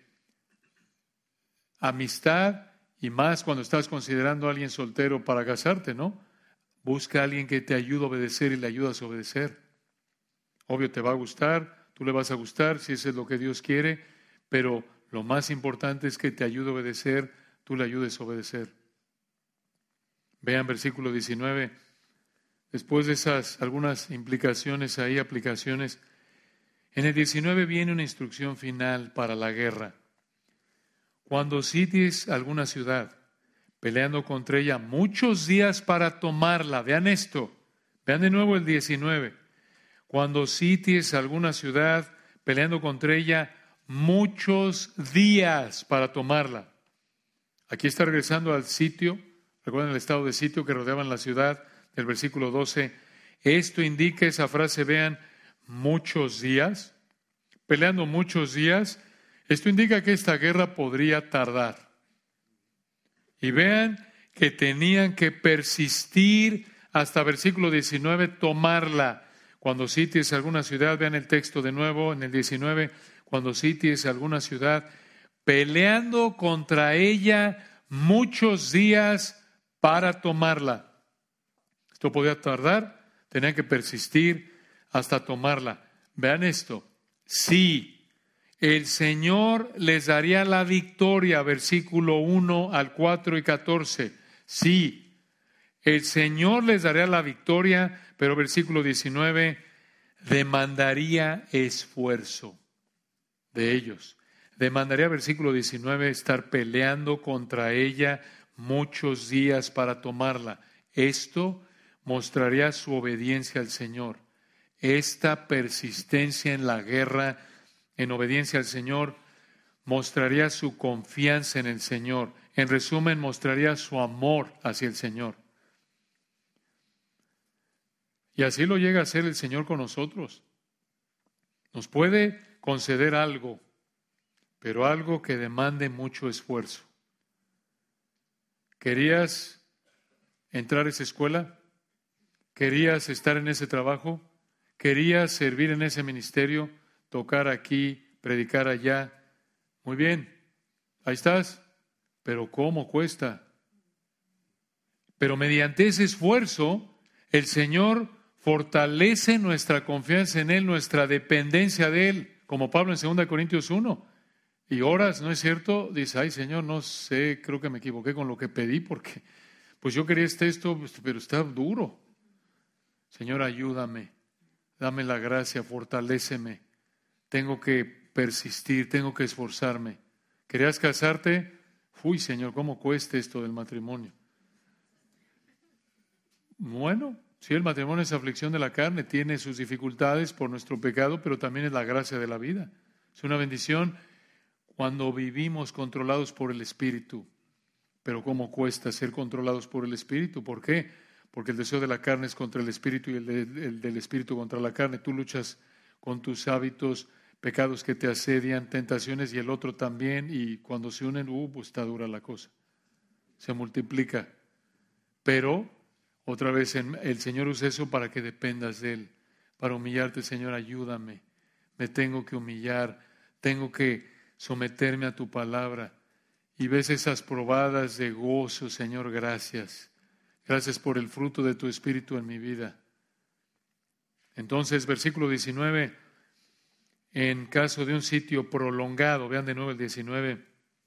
amistad y más cuando estás considerando a alguien soltero para casarte, ¿no? Busca a alguien que te ayude a obedecer y le ayudas a obedecer. Obvio te va a gustar, tú le vas a gustar si eso es lo que Dios quiere, pero lo más importante es que te ayude a obedecer, tú le ayudes a obedecer. Vean versículo diecinueve, después de esas algunas implicaciones ahí, aplicaciones, en el diecinueve viene una instrucción final para la guerra. Cuando sities alguna ciudad, peleando contra ella muchos días para tomarla, vean esto, vean de nuevo el diecinueve. Cuando sities alguna ciudad, peleando contra ella muchos días para tomarla. Aquí está regresando al sitio, recuerden el estado de sitio que rodeaban la ciudad, del versículo doce, Esto indica, esa frase, vean, muchos días, peleando muchos días. Esto indica que esta guerra podría tardar. Y vean que tenían que persistir hasta versículo diecinueve, tomarla. Cuando sities alguna ciudad, vean el texto de nuevo en el diecinueve, cuando sities alguna ciudad, peleando contra ella muchos días para tomarla. Esto podía tardar, tenían que persistir hasta tomarla. Vean esto, sí, el Señor les daría la victoria, versículo uno al cuatro y catorce. Sí, el Señor les daría la victoria, pero versículo diecinueve, demandaría esfuerzo de ellos. Demandaría, versículo diecinueve, estar peleando contra ella muchos días para tomarla. Esto mostraría su obediencia al Señor. Esta persistencia en la guerra, en obediencia al Señor, mostraría su confianza en el Señor. En resumen, mostraría su amor hacia el Señor. Y así lo llega a hacer el Señor con nosotros. Nos puede conceder algo, pero algo que demande mucho esfuerzo. ¿Querías entrar a esa escuela? ¿Querías estar en ese trabajo? ¿Querías servir en ese ministerio? Tocar aquí, predicar allá. Muy bien, ahí estás. Pero ¿cómo cuesta? Pero mediante ese esfuerzo, el Señor fortalece nuestra confianza en Él, nuestra dependencia de Él, como Pablo en segunda Corintios uno. Y oras, ¿no es cierto? Dice, ay Señor, no sé, creo que me equivoqué con lo que pedí, porque pues yo quería este esto, pero está duro. Señor, ayúdame, dame la gracia, fortaléceme. Tengo que persistir, tengo que esforzarme. ¿Querías casarte? Uy, Señor, ¿cómo cuesta esto del matrimonio? Bueno, sí, el matrimonio es aflicción de la carne, tiene sus dificultades por nuestro pecado, pero también es la gracia de la vida. Es una bendición cuando vivimos controlados por el Espíritu. Pero ¿cómo cuesta ser controlados por el Espíritu? ¿Por qué? Porque el deseo de la carne es contra el Espíritu y el, de, el del Espíritu contra la carne. Tú luchas con tus hábitos, pecados que te asedian, tentaciones, y el otro también, y cuando se unen, uh, pues está dura la cosa. Se multiplica. Pero, otra vez, el Señor usa eso para que dependas de Él, para humillarte. Señor, ayúdame, me tengo que humillar, tengo que someterme a tu palabra. Y ves esas probadas de gozo, Señor, gracias. Gracias por el fruto de tu Espíritu en mi vida. Entonces, versículo diecinueve, en caso de un sitio prolongado, vean de nuevo el diecinueve,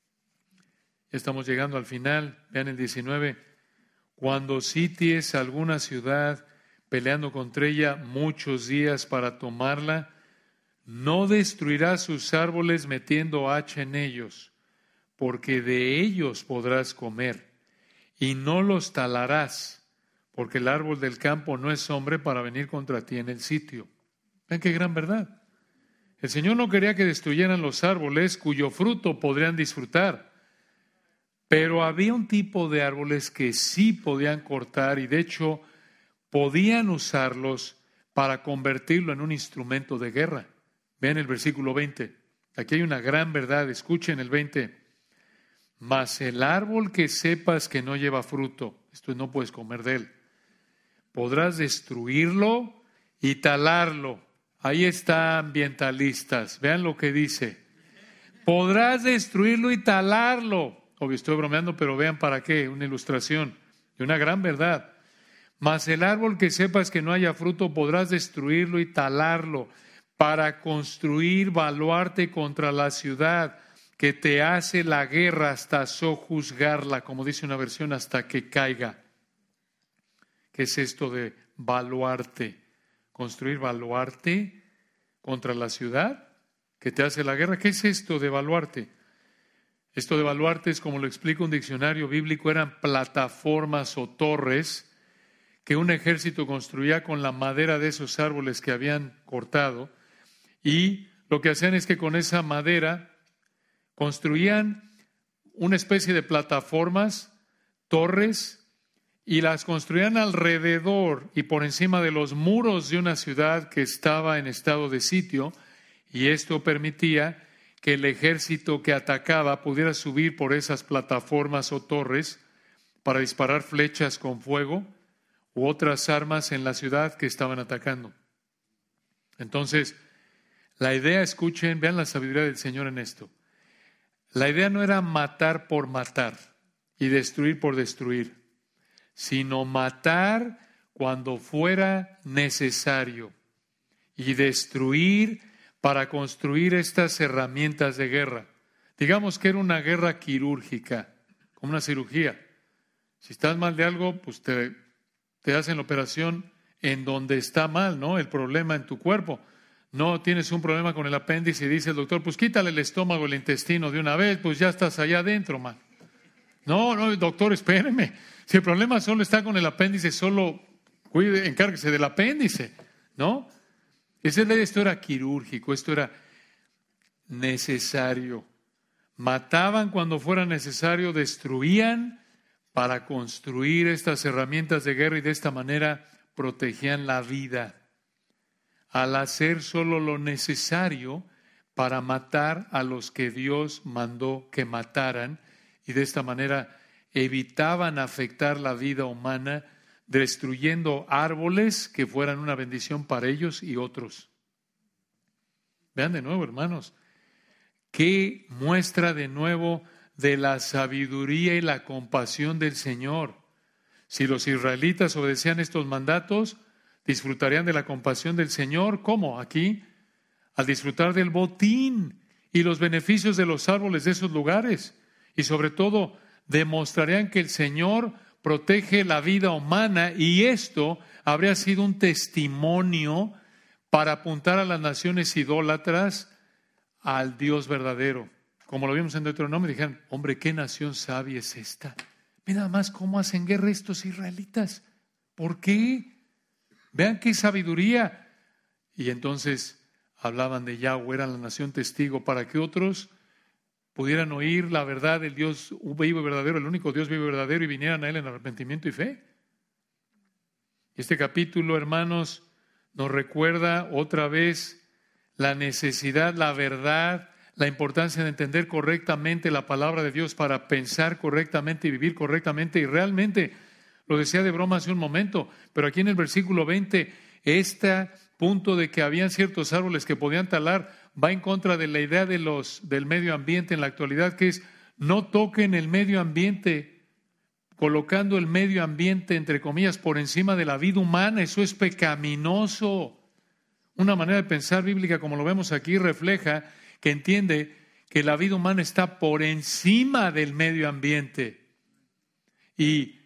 ya estamos llegando al final, vean el diecinueve, cuando sities alguna ciudad peleando contra ella muchos días para tomarla, no destruirás sus árboles metiendo hacha en ellos, porque de ellos podrás comer, y no los talarás, porque el árbol del campo no es hombre para venir contra ti en el sitio. Ven qué gran verdad. El Señor no quería que destruyeran los árboles cuyo fruto podrían disfrutar, pero había un tipo de árboles que sí podían cortar y de hecho podían usarlos para convertirlo en un instrumento de guerra. Vean el versículo veinte. Aquí hay una gran verdad. Escuchen el veinte. Mas el árbol que sepas que no lleva fruto, esto no puedes comer de él, podrás destruirlo y talarlo. Ahí está, ambientalistas. Vean lo que dice. Podrás destruirlo y talarlo. Obvio, estoy bromeando, pero vean para qué. Una ilustración de una gran verdad. Mas el árbol que sepas que no haya fruto, podrás destruirlo y talarlo para construir baluarte contra la ciudad que te hace la guerra hasta sojuzgarla, como dice una versión, hasta que caiga. ¿Qué es esto de baluarte? Construir baluarte contra la ciudad que te hace la guerra. ¿Qué es esto de baluarte? Esto de baluarte es, como lo explica un diccionario bíblico, eran plataformas o torres que un ejército construía con la madera de esos árboles que habían cortado, y lo que hacían es que con esa madera construían una especie de plataformas, torres, y las construían alrededor y por encima de los muros de una ciudad que estaba en estado de sitio, y esto permitía que el ejército que atacaba pudiera subir por esas plataformas o torres para disparar flechas con fuego u otras armas en la ciudad que estaban atacando. Entonces, la idea, escuchen, vean la sabiduría del Señor en esto. La idea no era matar por matar y destruir por destruir, sino matar cuando fuera necesario y destruir para construir estas herramientas de guerra. Digamos que era una guerra quirúrgica, como una cirugía. Si estás mal de algo, pues te, te hacen la operación en donde está mal, ¿no? El problema en tu cuerpo. No tienes un problema con el apéndice y dice el doctor, pues quítale el estómago, el intestino de una vez, pues ya estás allá adentro, man. No, no, doctor, espéreme. Si el problema solo está con el apéndice, solo cuide, encárguese del apéndice, ¿no? Esa es la, esto era quirúrgico, esto era necesario. Mataban cuando fuera necesario, destruían para construir estas herramientas de guerra y de esta manera protegían la vida. Al hacer solo lo necesario para matar a los que Dios mandó que mataran y de esta manera evitaban afectar la vida humana destruyendo árboles que fueran una bendición para ellos y otros. Vean de nuevo, hermanos, qué muestra de nuevo de la sabiduría y la compasión del Señor. Si los israelitas obedecían estos mandatos, disfrutarían de la compasión del Señor. ¿Cómo? Aquí, al disfrutar del botín y los beneficios de los árboles de esos lugares. Y sobre todo, demostrarían que el Señor protege la vida humana y esto habría sido un testimonio para apuntar a las naciones idólatras al Dios verdadero. Como lo vimos en Deuteronomio, dijeron, hombre, qué nación sabia es esta. Mira nada más cómo hacen guerra estos israelitas. ¿Por qué? Vean qué sabiduría. Y entonces hablaban de Yahweh, eran la nación testigo para que otros pudieran oír la verdad del Dios vivo y verdadero, el único Dios vivo y verdadero, y vinieran a Él en arrepentimiento y fe. Este capítulo, hermanos, nos recuerda otra vez la necesidad, la verdad, la importancia de entender correctamente la palabra de Dios para pensar correctamente y vivir correctamente. Y realmente, lo decía de broma hace un momento, pero aquí en el versículo veinte, este punto de que habían ciertos árboles que podían talar va en contra de la idea de los, del medio ambiente en la actualidad, que es no toquen el medio ambiente, colocando el medio ambiente, entre comillas, por encima de la vida humana. Eso es pecaminoso. Una manera de pensar bíblica, como lo vemos aquí, refleja que entiende que la vida humana está por encima del medio ambiente y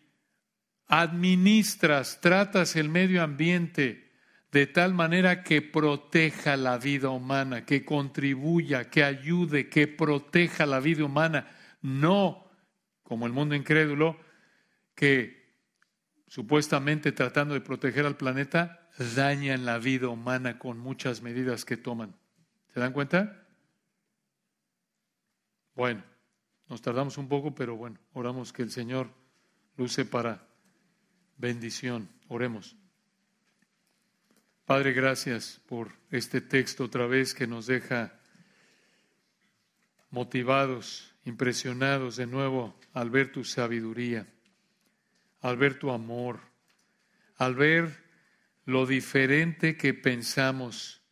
administras, tratas el medio ambiente de tal manera que proteja la vida humana, que contribuya, que ayude, que proteja la vida humana, no como el mundo incrédulo que supuestamente tratando de proteger al planeta dañan la vida humana con muchas medidas que toman. ¿Se dan cuenta? Bueno, nos tardamos un poco, pero bueno, oramos que el Señor lo use para bendición. Oremos. Padre, gracias por este texto otra vez que nos deja motivados, impresionados de nuevo al ver tu sabiduría, al ver tu amor, al ver lo diferente que pensamos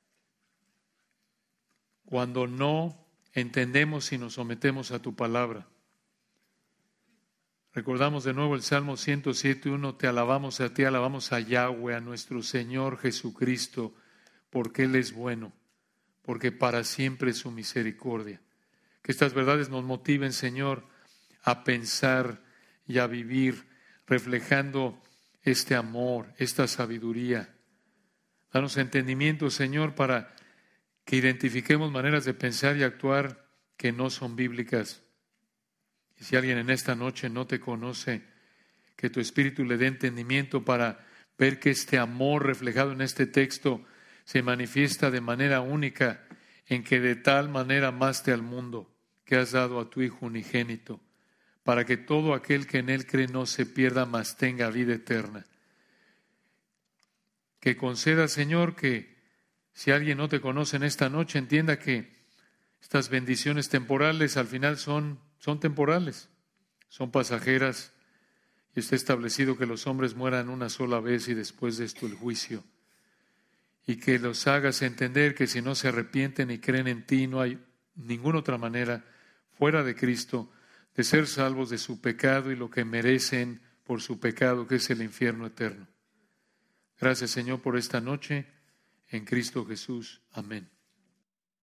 cuando no entendemos y nos sometemos a tu palabra. Recordamos de nuevo el Salmo ciento siete uno, te alabamos a ti, alabamos a Yahweh, a nuestro Señor Jesucristo, porque Él es bueno, porque para siempre es su misericordia. Que estas verdades nos motiven, Señor, a pensar y a vivir reflejando este amor, esta sabiduría. Danos entendimiento, Señor, para que identifiquemos maneras de pensar y actuar que no son bíblicas. Y si alguien en esta noche no te conoce, que tu Espíritu le dé entendimiento para ver que este amor reflejado en este texto se manifiesta de manera única, en que de tal manera amaste al mundo que has dado a tu Hijo unigénito, para que todo aquel que en Él cree no se pierda, mas tenga vida eterna. Que conceda, Señor, que si alguien no te conoce en esta noche, entienda que estas bendiciones temporales al final son, son temporales, son pasajeras, y está establecido que los hombres mueran una sola vez y después de esto el juicio. Y que los hagas entender que si no se arrepienten y creen en ti, no hay ninguna otra manera fuera de Cristo de ser salvos de su pecado y lo que merecen por su pecado, que es el infierno eterno. Gracias, Señor, por esta noche. En Cristo Jesús. Amén.